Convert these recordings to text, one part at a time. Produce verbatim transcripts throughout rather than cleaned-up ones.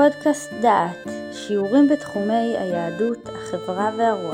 פודקאסט דעת, שיעורים בתחומי היהדות, החברה והרוח.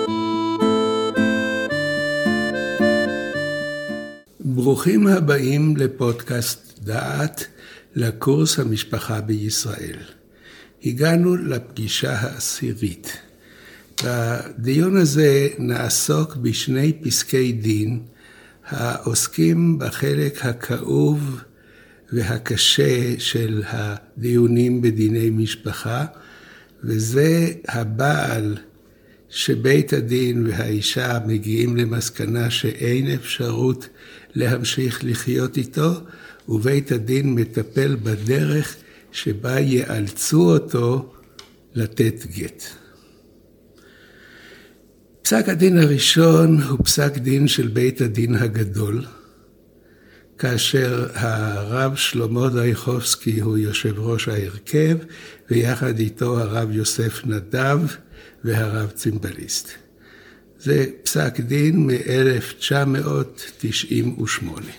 ברוכים הבאים לפודקאסט דעת, לקורס המשפחה בישראל. הגענו לפגישה העשירית. בדיון הזה נעסוק בשני פסקי דין העוסקים בחלק הכאוב והקשה של הדיונים בדיני משפחה, וזה הבעל שבית הדין והאישה מגיעים למסקנה שאין אפשרות להמשיך לחיות איתו, ובית הדין מטפל בדרך שבה יאלצו אותו לתת גט. פסק הדין הראשון הוא פסק דין של בית הדין הגדול, כאשר הרב שלמה דייחובסקי הוא יושב ראש ההרכב, ויחד איתו הרב יוסף נדב והרב צימבליסט. זה פסק דין מ-אלף תשע מאות תשעים ושמונה.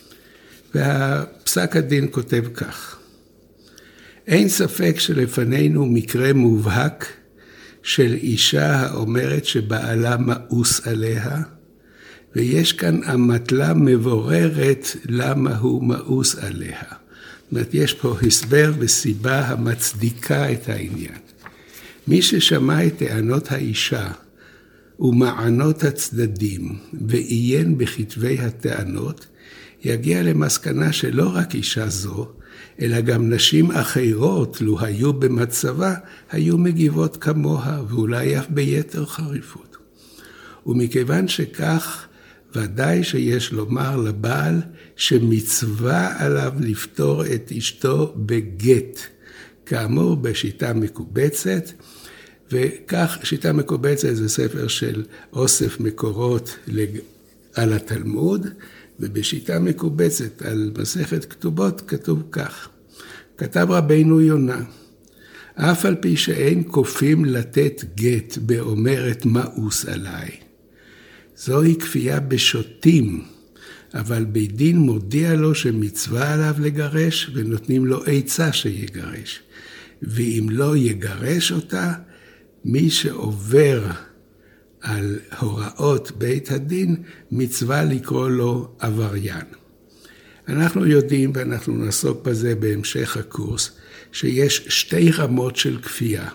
והפסק הדין כותב כך: אין ספק שלפנינו מקרה מובהק של אישה האומרת שבעלה מאוס עליה, ויש כאן אמתלה מבוררת למה הוא מאוס עליה. זאת אומרת, יש פה הסבר וסיבה המצדיקה את העניין. מי ששמע את טענות האישה ומענות הצדדים ועיין בכתבי הטענות, יגיע למסקנה שלא רק אישה זו, אלא גם נשים אחרות, לו היו במצבה, היו מגיבות כמוה, ואולי אף ביתר חריפות. ומכיוון שכך, ודאי שיש לומר לבעל שמצווה עליו לפטור את אשתו בגט, כאמור בשיטה מקובצת, וכך שיטה מקובצת זה ספר של אוסף מקורות על התלמוד, ובשיטה מקובצת על מסכת כתובות כתוב כך: כתב רבינו יונה, אף על פי שאין כופים לתת גט באומרת מאוס עליי, זוהי כפייה בשוטים, אבל בית דין מודיע לו שמצווה עליו לגרש, ונותנים לו עצה שיגרש. ואם לא יגרש אותה, מי שעובר על הוראות בית הדין, מצווה לקרוא לו עבריין. אנחנו יודעים, ואנחנו נעסוק בזה בהמשך הקורס, שיש שתי רמות של כפייה,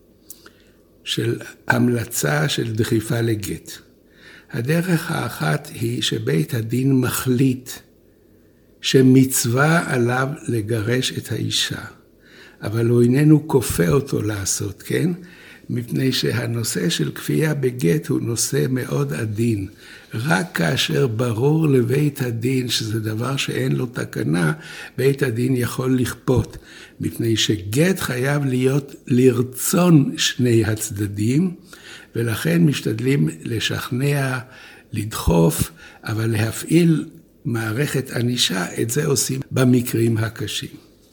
של המלצה של דחיפה לגט. הדרך האחת היא שבית הדין מחליט שמצווה עליו לגרש את האישה, אבל הוא איננו כופה אותו לעשות, כן? מפני שהנושא של כפייה בגט הוא נושא מאוד עדין. רק כאשר ברור לבית הדין שזה דבר שאין לו תקנה, בית הדין יכול לכפות. מפני שגט חייב להיות לרצון שני הצדדים, ולכן משתדלים לשכנע, לדחוף, אבל להפעיל מערכת ענישה, את זה עושים במקרים הקשים.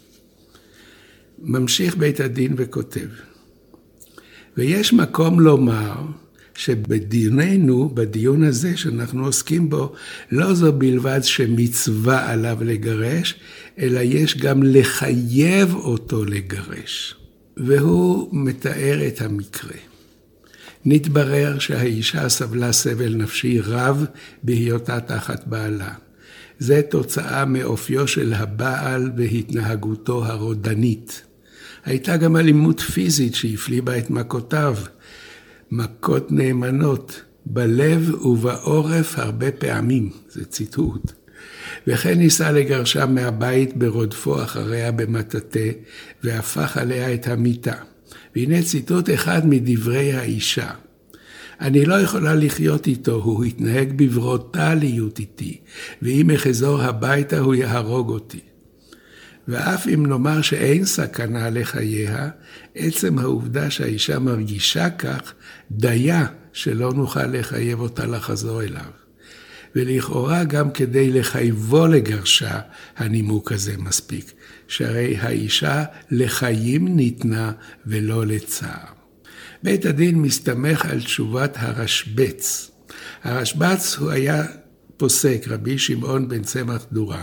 ממשיך בית הדין וכותב: ויש מקום לומר שבדיוננו, בדיון הזה שאנחנו עוסקים בו, לא זו בלבד שמצווה עליו לגרש, אלא יש גם לחייב אותו לגרש. והוא מתאר את המקרה. נתברר שהאישה סבלה סבל נפשי רב בהיותה תחת בעלה. זה תוצאה מאופיו של הבעל והתנהגותו הרודנית. הייתה גם אלימות פיזית שהפליא בה את מכותיו, מכות נאמנות, בלב ובעורף הרבה פעמים, זה ציטוט. וכן ניסה לגרשה מהבית ברודפו אחריה במטאטה, והפך עליה את המיטה. והנה ציטוט אחד מדברי האישה: אני לא יכולה לחיות איתו, הוא התנהג בברוטליות איתי, ואם אחזור הביתה הוא יהרוג אותי. ואף אם נאמר שאין סכנה לחייה, עצם העובדה שהאישה מרגישה כך, דיה שלא נוכל לחייב אותה לחזור אליו. ולכאורה גם כדי לחייבו לגרשה, הנימוק הזה מספיק, שהרי האישה לחיים ניתנה ולא לצער. בית הדין מסתמך על תשובת הרשב"ץ. הרשב"ץ הוא היה פוסק, רבי שמעון בן צמח דורן,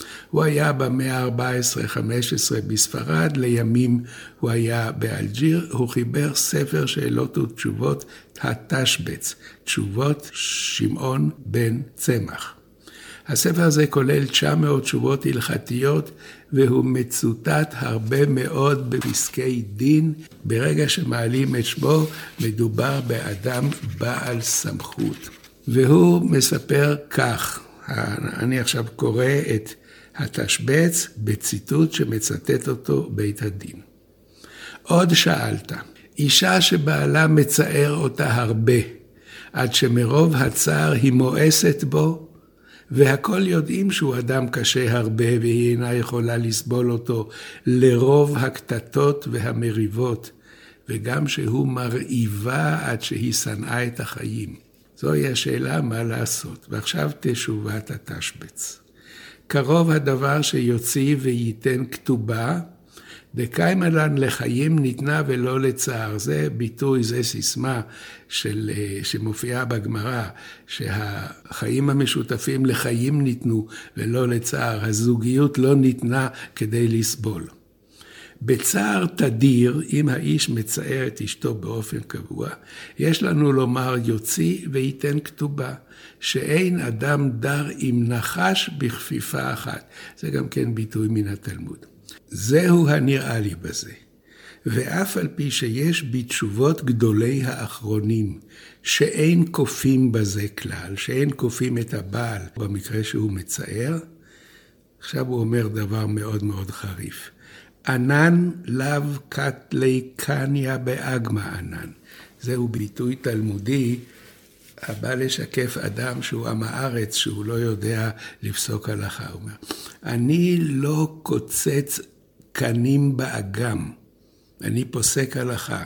הוא היה במאה ה-ארבע עשרה חמש עשרה בספרד, לימים הוא היה באלג'יר, הוא חיבר ספר שאלות ותשובות, התשבץ, תשובות שמעון בן צמח. הספר הזה כולל תשע מאות תשובות הלכתיות, והוא מצוטט הרבה מאוד בפסקי דין. ברגע שמעלים את שמו, מדובר באדם בעל סמכות. והוא מספר כך, אני עכשיו קורא את התשבץ בציטוט שמצטט אותו בית הדין. עוד שאלת, אישה שבעלה מצער אותה הרבה, עד שמרוב הצער היא מואסת בו, והכל יודעים שהוא אדם קשה הרבה, והיא אינה יכולה לסבול אותו לרוב הקטטות והמריבות, וגם שהוא מרעיבה עד שהיא שנאה את החיים. זוהי השאלה מה לעשות. ועכשיו תשובת התשבץ. קרוב הדבר שיוציא וייתן כתובה, דקיימא לן לחיים ניתנה ולא לצער. זה ביטוי, זה סיסמה של, שמופיעה בגמרא, שהחיים המשותפים לחיים ניתנו ולא לצער. הזוגיות לא ניתנה כדי לסבול. בצער תדיר, אם האיש מצער את אשתו באופן קבוע, יש לנו לומר יוציא וייתן כתובה, שאין אדם דר אם נחש בכפיפה אחת. זה גם כן ביטוי מן התלמוד. זהו הנראה לי בזה. ואף על פי שיש בתשובות גדולי האחרונים, שאין כופים בזה כלל, שאין כופים את הבעל במקרה שהוא מצער, עכשיו הוא אומר דבר מאוד מאוד חריף. ענן לאו קטלי קניה באגמה ענן. זהו ביטוי תלמודי, הבא לשקף אדם שהוא עם הארץ, שהוא לא יודע לפסוק הלכה. הוא אומר, אני לא קוצץ קנים באגם, אני פוסק הלכה.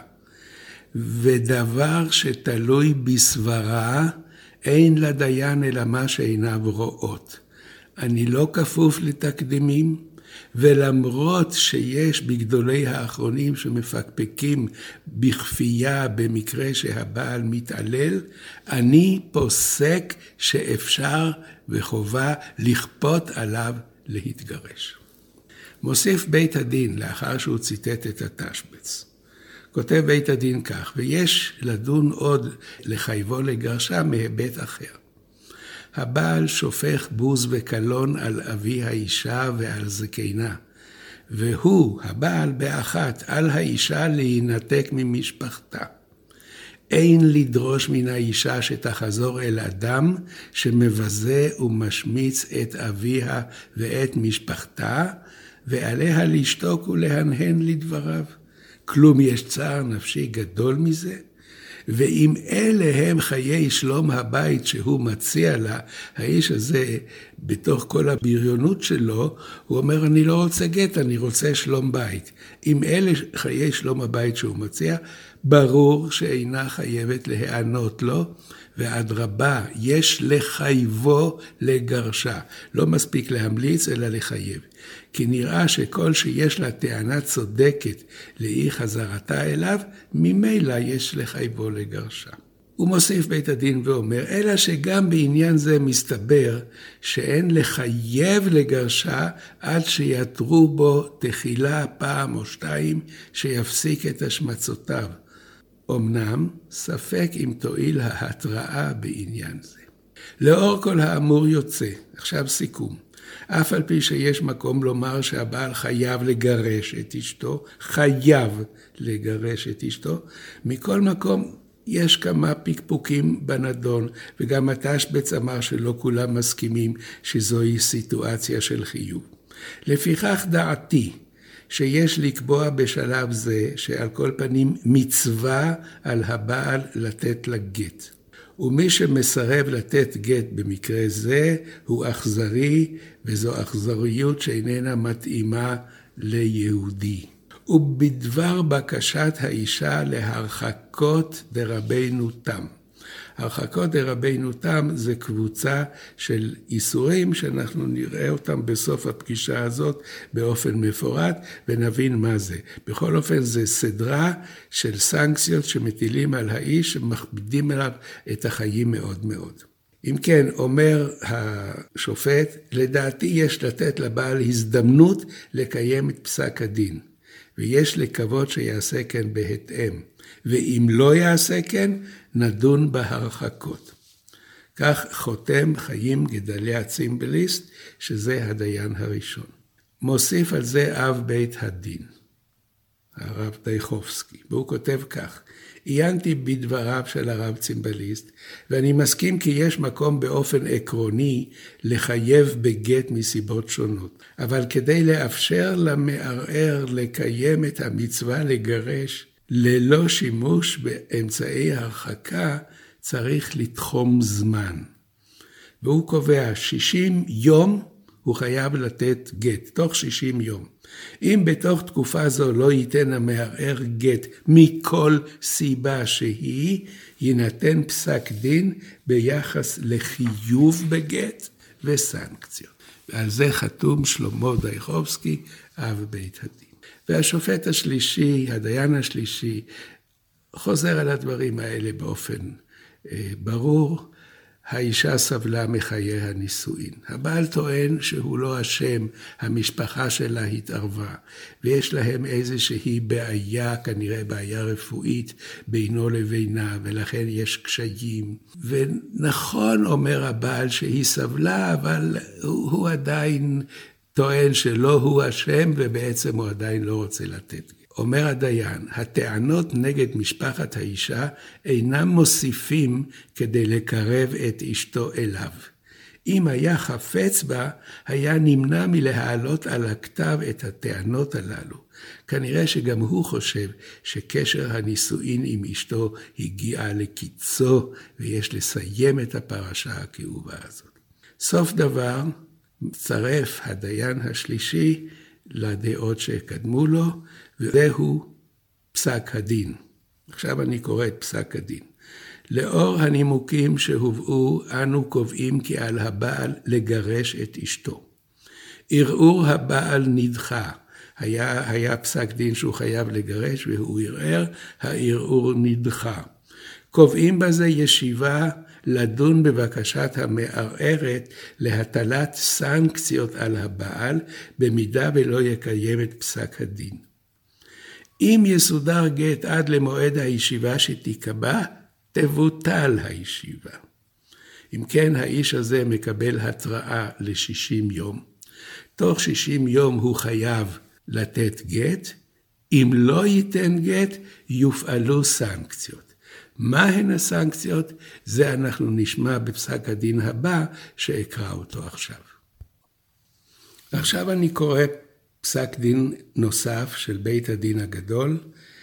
ודבר שתלוי בסברה, אין לדיין אלא מה שעיניו רואות. אני לא כפוף לתקדימים, ולמרות שיש בגדולי האחרונים שמפקפקים בכפייה במקרה שהבעל מתעלל, אני פוסק שאפשר וחובה לכפות עליו להתגרש. מוסיף בית הדין לאחר שהוא ציטט את התשבץ. כותב בית הדין כך, ויש לדון עוד לחייבו לגרשה מהיבט אחר. הבעל שופך בוז וקלון על אבי האישה ועל זקנה, והוא, הבעל באחת, על האישה להינתק ממשפחתה. אין לדרוש מן האישה שתחזור אל אדם שמבזה ומשמיץ את אביה ואת משפחתה, ועליה לשתוק ולהנהן לדבריו. כלום יש צער נפשי גדול מזה? ואם אלה הם חיי שלום הבית שהוא מציע לה, האיש הזה, בתוך כל הבריונות שלו, הוא אומר, אני לא רוצה גט, אני רוצה שלום בית. אם אלה חיי שלום הבית שהוא מציע, ברור שאינה חייבת להיענות לו, ואדרבה, יש לחייבו לגרשה. לא מספיק להמליץ, אלא לחייב. כי נראה שכל שיש לה טענה צודקת לאי חזרתה אליו, ממילא יש לחייבו לגרשה. הוא מוסיף בית הדין ואומר, אלא שגם בעניין זה מסתבר שאין לחייב לגרשה עד שיתרו בו תחילה פעם או שתיים שיפסיק את השמצותיו. אמנם ספק אם תועיל ההתראה בעניין זה. לאור כל האמור יוצא, עכשיו סיכום. אף על פי שיש מקום לומר שהבעל חייב לגרש את אשתו, חייב לגרש את אשתו, מכל מקום יש כמה פיקפוקים בנדון, וגם התשבץ אמר שלא כולם מסכימים שזוהי סיטואציה של חיוב. לפיכך דעתי, שיש לקבוע בשלב זה שעל כל פנים מצווה על הבעל לתת לה גט. ומי שמסרב לתת גט במקרה זה הוא אכזרי, וזו אכזריות שאיננה מתאימה ליהודי. ובדבר בקשת האישה להרחקות דרבנו תם. הרחקות דרבנו תם זה קבוצה של איסורים שאנחנו נראה אותם בסוף הפגישה הזאת באופן מפורט ונבין מה זה. בכל אופן זה סדרה של סנקציות שמטילים על האיש שמכבידים עליו את החיים מאוד מאוד. אם כן, אומר השופט, לדעתי יש לתת לבעל הזדמנות לקיים את פסק הדין, ויש לקוות שיעשה כן בהתאם, ואם לא יעשה כן, נדון בהרחקות. כך חותם חיים גדליה צימבליסט, שזה הדיין הראשון. מוסיף על זה אב בית הדין, הרב דייחובסקי, והוא כותב כך, עיינתי בדבריו של הרב צימבליסט, ואני מסכים כי יש מקום באופן עקרוני לחייב בגט מסיבות שונות. אבל כדי לאפשר למערער לקיים את המצווה לגרש, ללא שימוש באמצעי הרחקה, צריך לתחום זמן. והוא קובע שישים יום הוא חייב לתת גט, תוך שישים יום. אם בתוך תקופה זו לא ייתן המערער גט מכל סיבה שהיא, יינתן פסק דין ביחס לחיוב בגט וסנקציות. ועל זה חתום שלמה דייחובסקי, אב בית הדין. והשופט השלישי, הדיין השלישי, חוזר על הדברים האלה באופן אה, ברור. האישה סבלה מחיי הנישואין. הבעל טוען שהוא לא אשם, המשפחה שלה התערבה, ויש להם איזושהי בעיה, כנראה בעיה רפואית, בינו לבינה, ולכן יש קשיים. ונכון אומר הבעל שהיא סבלה, אבל הוא, הוא עדיין טוען שלא הוא אשם, ובעצם הוא עדיין לא רוצה לתת. אומר הדיין, הטענות נגד משפחת האישה אינם מוסיפים כדי לקרב את אשתו אליו. אם היה חפץ בה, היה נמנע מלהעלות על הכתב את הטענות הללו. כנראה שגם הוא חושב שקשר הנישואין עם אשתו הגיע לקיצו, ויש לסיים את הפרשה הכאובה הזאת. סוף דבר, מצרף הדיין השלישי לדעות שקדמו לו, וזהו פסק הדין. עכשיו אני קורא את פסק הדין. לאור הנימוקים שהובאו, אנו קובעים כי על הבעל לגרש את אשתו. ערעור הבעל נדחה. היה, היה פסק דין שהוא חייב לגרש, והוא ערער, הערעור נדחה. קובעים בזה ישיבה לדון בבקשת המערערת להטלת סנקציות על הבעל, במידה ולא יקיים את פסק הדין. אם יסודר גט עד למועד הישיבה שתיקבע, תבוטל הישיבה. אם כן, האיש הזה מקבל התראה ל-שישים יום. תוך שישים יום הוא חייב לתת גט. אם לא ייתן גט, יופעלו סנקציות. מה הן הסנקציות? זה אנחנו נשמע בפסק הדין הבא שאקרא אותו עכשיו. עכשיו אני קורא פסק דין נוסף של בית הדין הגדול.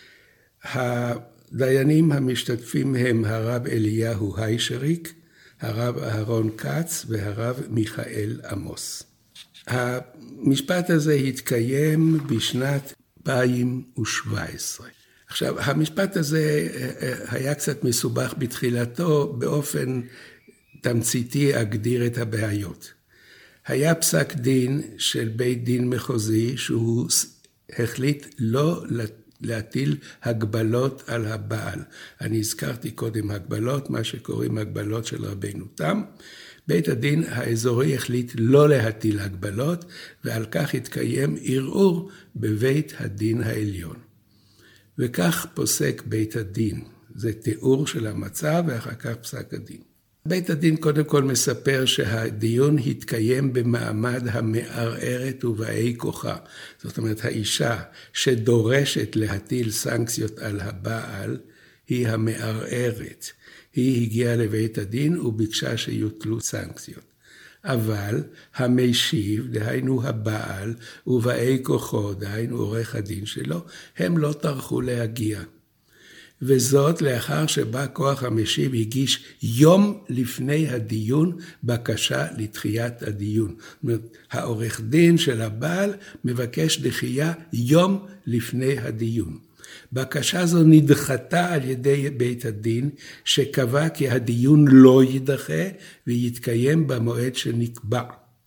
הדיינים המשתתפים הם הרב אליהו היישריק, הרב אהרון כץ והרב מיכאל עמוס. המשפט הזה התקיים בשנת אלפיים שבע עשרה. עכשיו, המשפט הזה היה קצת מסובך בתחילתו, באופן תמציתי אגדיר את הבעיות. היה פסק דין של בית דין מחוזי, שהוא החליט לא להטיל הגבלות על הבעל. אני הזכרתי קודם הגבלות, מה שקוראים הגבלות של רבנו תם. בית הדין האזורי החליט לא להטיל הגבלות, ועל כך התקיים ערעור בבית הדין העליון. וכך פוסק בית הדין. זה תיאור של המצב ואחר כך פסק הדין. בית הדין קודם כל מספר שהדיון התקיים במעמד המערערת ובאי כוחה. זאת אומרת, האישה שדורשת להטיל סנקציות על הבעל היא המערערת. היא הגיעה לבית הדין וביקשה שיוטלו סנקציות. אבל המשיב, דהיינו הבעל, ובאי כוחו, דהיינו עורך הדין שלו, הם לא טרחו להגיע. וזאת לאחר שבא כוח המשיב הגיש יום לפני הדיון בקשה לדחיית הדיון. זאת אומרת, העורך דין של הבעל מבקש דחייה יום לפני הדיון. בקשה זו נדחתה על ידי בית הדין, שקבע כי הדיון לא יידחה ויתקיים במועד שנקבע.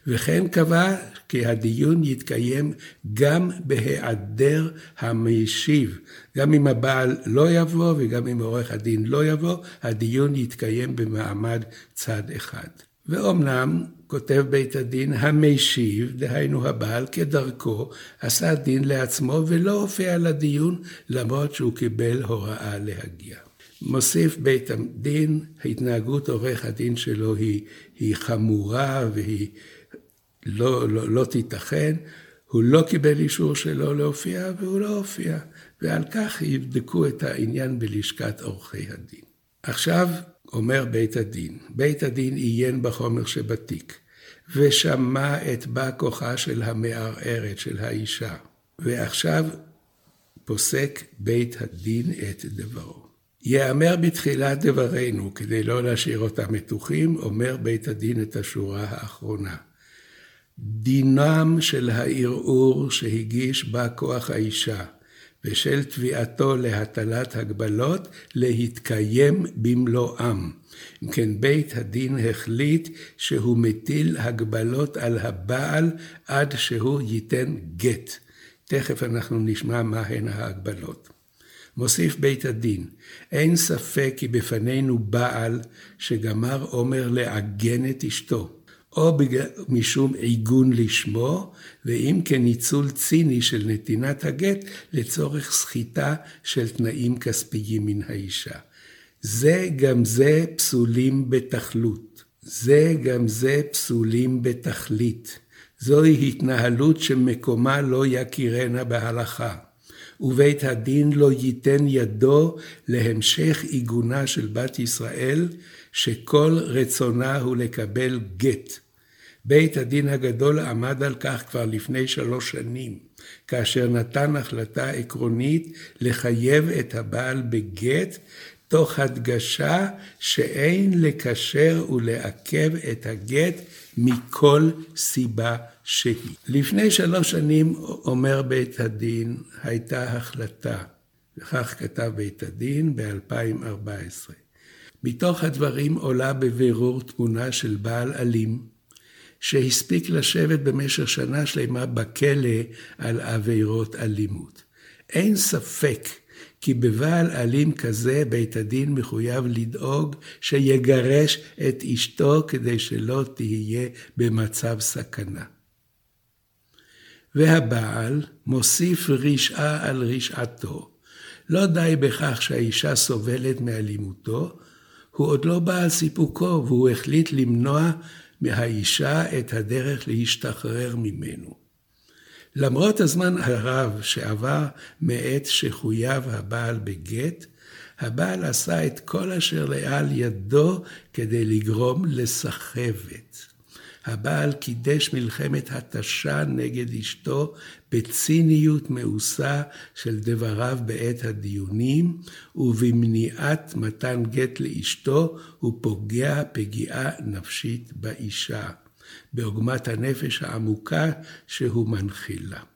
וכן קבע כי הדיון יתקיים גם בהיעדר המשיב. גם אם הבעל לא יבוא וגם אם עורך הדין לא יבוא, הדיון יתקיים במעמד צד אחד. ואומנם, כותב בית הדין, המשיב, דהיינו הבעל, כדרכו, עשה דין לעצמו ולא הופיע לדיון, למרות שהוא קיבל הוראה להגיע. מוסיף בית הדין, התנהגות עורך הדין שלו היא, היא חמורה והיא לא, לא, לא תיתכן. הוא לא קיבל אישור שלו להופיע והוא לא הופיע. ועל כך יבדקו את העניין בלשכת עורכי הדין. עכשיו אומר בית הדין, בית הדין עיין בחומר שבתיק, ושמע את בא כוחה של המערערת, של האישה. ועכשיו פוסק בית הדין את דברו. יאמר בתחילת דברנו, כדי לא להשאיר אותם מתוחים, אומר בית הדין את השורה האחרונה. דינם של הערעור שהגיש בא כוח האישה, ושל תביעתו להטלת הגבלות, להתקיים במלואם. אם כן, בית הדין החליט שהוא מטיל הגבלות על הבעל עד שהוא ייתן גט. תכף אנחנו נשמע מה הן ההגבלות. מוסיף בית הדין, אין ספק כי בפנינו בעל שגמר אומר לעגן את אשתו, או משום עיגון לשמו, ואם כניצול ציני של נתינת הגט לצורך סחיטה של תנאים כספיים מן האישה. זה גם זה פסולים בתכלות. זה גם זה פסולים בתכלית. זוהי התנהלות שמקומה לא יכירנה בהלכה. ובית הדין לא ייתן ידו להמשך עיגונה של בת ישראל, שכל רצונה הוא לקבל גט. בית הדין הגדול עמד על כך כבר לפני שלוש שנים, כאשר נתן החלטה עקרונית לחייב את הבעל בגט, תוך הדגשה שאין לקשר ולעכב את הגט מכל סיבה שהיא. לפני שלוש שנים, אומר בית הדין, הייתה החלטה, וכך כתב בית הדין ב-אלפיים וארבע עשרה. מתוך הדברים עולה בבירור תמונה של בעל אלים, שהספיק לשבת במשך שנה שלמה בכלא על עבירות אלימות. אין ספק כי בבעל אלים כזה בית הדין מחויב לדאוג שיגרש את אשתו כדי שלא תהיה במצב סכנה. והבעל מוסיף רשעה על רשעתו. לא די בכך שהאישה סובלת מאלימותו, הוא עוד לא בא על סיפוקו והוא החליט למנוע מהאישה את הדרך להשתחרר ממנו. למרות הזמן הרב שעבר מעת שחויב הבעל בגט, הבעל עשה את כל אשר לאל ידו כדי לגרום לסחבת. הבעל קידש מלחמת התשה נגד אשתו בציניות מאוסה של דבריו בעת הדיונים, ובמניעת מתן גט לאשתו הוא פוגע פגיעה נפשית באישה, בעוגמת הנפש העמוקה שהוא מנחיל לה.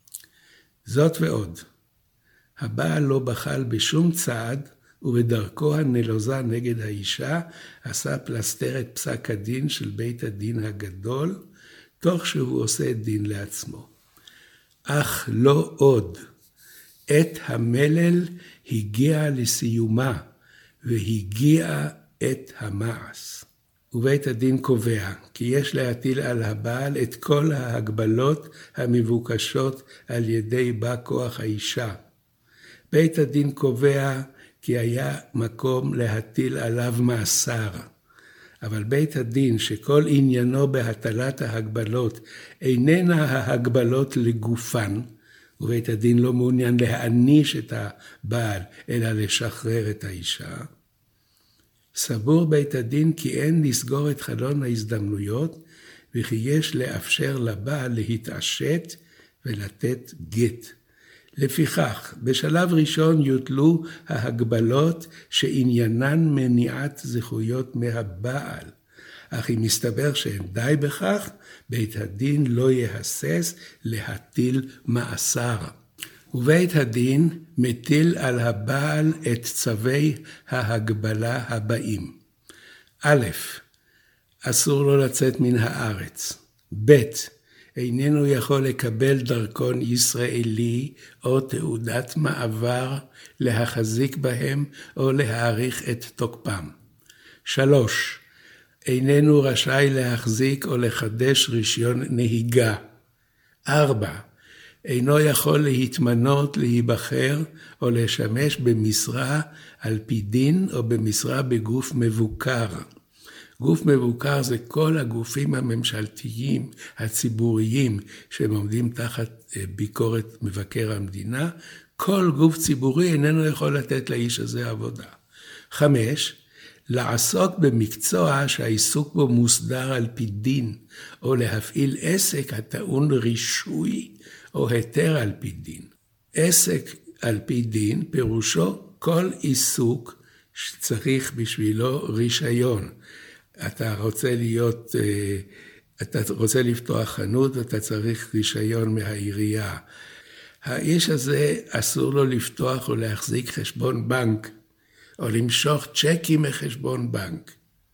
זאת ועוד, הבעל לא בחל בשום צעד, ובדרכו הנלוזה נגד האישה עשה פלסתר את פסק הדין של בית הדין הגדול, תוך שהוא עושה דין לעצמו. אך לא עוד. עת המלל הגיע לסיומה, והגיע עת המעש. ובית הדין קובע כי יש להטיל על הבעל את כל ההגבלות המבוקשות על ידי בא כוח האישה. בית הדין קובע כי היה מקום להטיל עליו מאסר. אבל בית הדין שכל עניינו בהטלת ההגבלות איננה ההגבלות לגופן, ובית הדין לא מעוניין להעניש את הבעל אלא לשחרר את האישה, סבור בית הדין כי אין לסגור את חלון ההזדמנויות, וכי יש לאפשר לבעל להתעשת ולתת גט. לפיכך, בשלב ראשון יוטלו ההגבלות שעניינן מניעת זכויות מהבעל, אך אם מסתבר שאין די בכך, בית הדין לא יהסס להטיל מאסר. ובית הדין מטיל על הבעל את צווי ההגבלה הבאים. א', אסור לו לצאת מן הארץ. ב' איננו יכול לקבל דרכון ישראלי או תעודת מעבר להחזיק בהם או להאריך את תוקפם. שלוש איננו רשאי להחזיק או לחדש רישיון נהיגה. ארבע אינו יכול להתמנות, להיבחר או לשמש במשרה על פי דין או במשרה בגוף מבוקר. גוף מבוקר זה כל הגופים הממשלתיים, הציבוריים, שהם עומדים תחת ביקורת מבקר המדינה. כל גוף ציבורי איננו יכול לתת לאיש הזה עבודה. חמש, לעסוק במקצוע שהעיסוק בו מוסדר על פי דין, או להפעיל עסק הטעון רישוי או היתר על פי דין. עסק על פי דין פירושו כל עיסוק שצריך בשבילו רישיון. אתה רוצה להיות, אתה רוצה לפתוח חנות ואתה צריך רישיון מהעירייה. האיש הזה אסור לו לפתוח או להחזיק חשבון בנק, או למשוך צ'קים מחשבון בנק.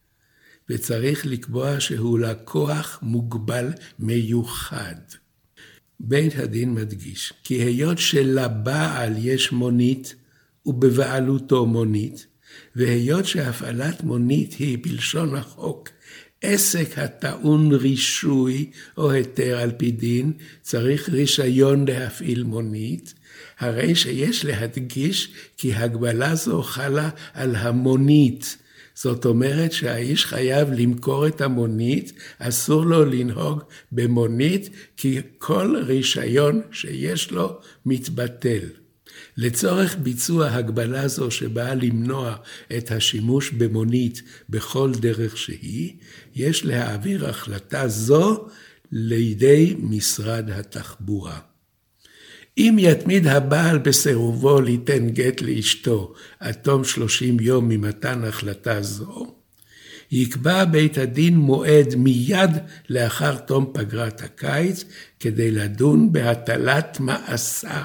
וצריך לקבוע שהוא לקוח מוגבל מיוחד. בית הדין מדגיש, כי היות שלבעל יש מונית ובבעלותו מונית, והיות שהפעלת מונית היא בלשון החוק, עסק הטעון רישוי או היתר על פי דין, צריך רישיון להפעיל מונית, הרי שיש להדגיש כי הגבלה זו חלה על המונית. זאת אומרת שהאיש חייב למכור את המונית, אסור לו לנהוג במונית, כי כל רישיון שיש לו מתבטל. לצורך ביצוע הגבלה זו שבאה למנוע את השימוש במונית בכל דרך שהיא, יש להעביר החלטה זו לידי משרד התחבורה. אם יתמיד הבעל בסירובו ליתן גט לאשתו עד תום שלושים יום ממתן החלטה זו, יקבע בית הדין מועד מיד לאחר תום פגרת הקיץ כדי לדון בהטלת מאסר,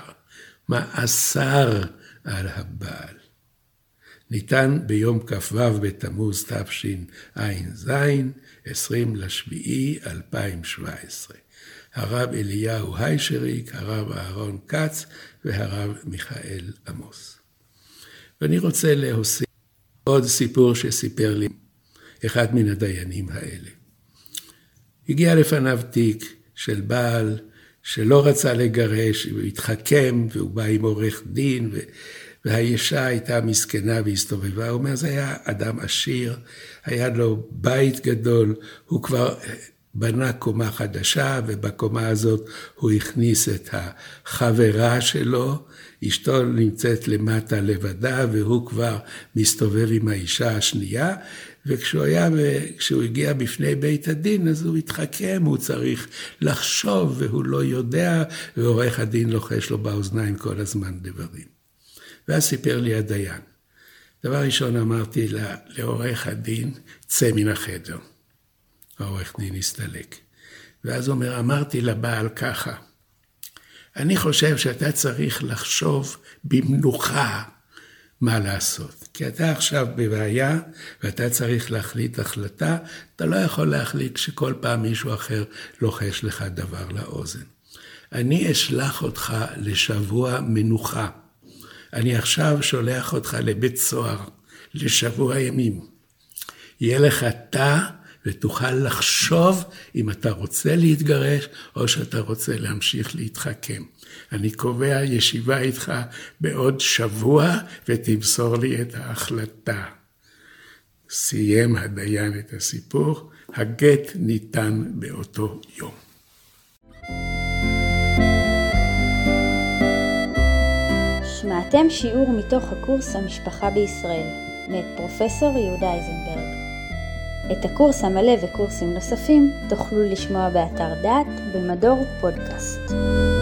מאסר על הבעל. ניתן ביום כ"ו בתמוז תשע"ז, עשרים לשביעי אלפיים שבע עשרה. הרב אליהו היישריק, הרב אהרון כץ והרב מיכאל עמוס. ואני רוצה להוסיף עוד סיפור שסיפר לי אחד מן הדיינים האלה. הגיע לפניו תיק של בעל שלא רצה לגרש, הוא התחכם והוא בא עם עורך דין, והאישה הייתה מסכנה והסתובבה. הוא אומר, זה היה אדם עשיר, היה לו בית גדול, הוא כבר בנה קומה חדשה, ובקומה הזאת הוא הכניס את החברה שלו, אשתו נמצאת למטה לבדה, והוא כבר מסתובב עם האישה השנייה, וכשהוא היה, כשהוא הגיע בפני בית הדין, אז הוא התחכם, הוא צריך לחשוב, והוא לא יודע, ועורך הדין לוחש לו באוזניים כל הזמן דברים. ואז סיפר לי הדיין. דבר ראשון אמרתי לה, לעורך הדין, צא מן החדר. העורך דין הסתלק. ואז הוא אומר, אמרתי לבעל ככה, אני חושב שאתה צריך לחשוב במנוחה מה לעשות. כי אתה עכשיו בבעיה, ואתה צריך להחליט החלטה, אתה לא יכול להחליט שכל פעם מישהו אחר לוחש לך דבר לאוזן. אני אשלח אותך לשבוע מנוחה. אני עכשיו שולח אותך לבית סוהר, לשבוע ימים. יהיה לך תא, ותוכל לחשוב אם אתה רוצה להתגרש, או שאתה רוצה להמשיך להתחכם. אני קובע ישיבה איתך בעוד שבוע, ותמסור לי את ההחלטה. סיים הדיין את הסיפור, הגט ניתן באותו יום. שמעתם שיעור מתוך הקורס המשפחה בישראל, מאת פרופסור יהודה איזנברג. את הקורס המלא וקורסים נוספים תוכלו לשמוע באתר דעת במדור פודקאסט.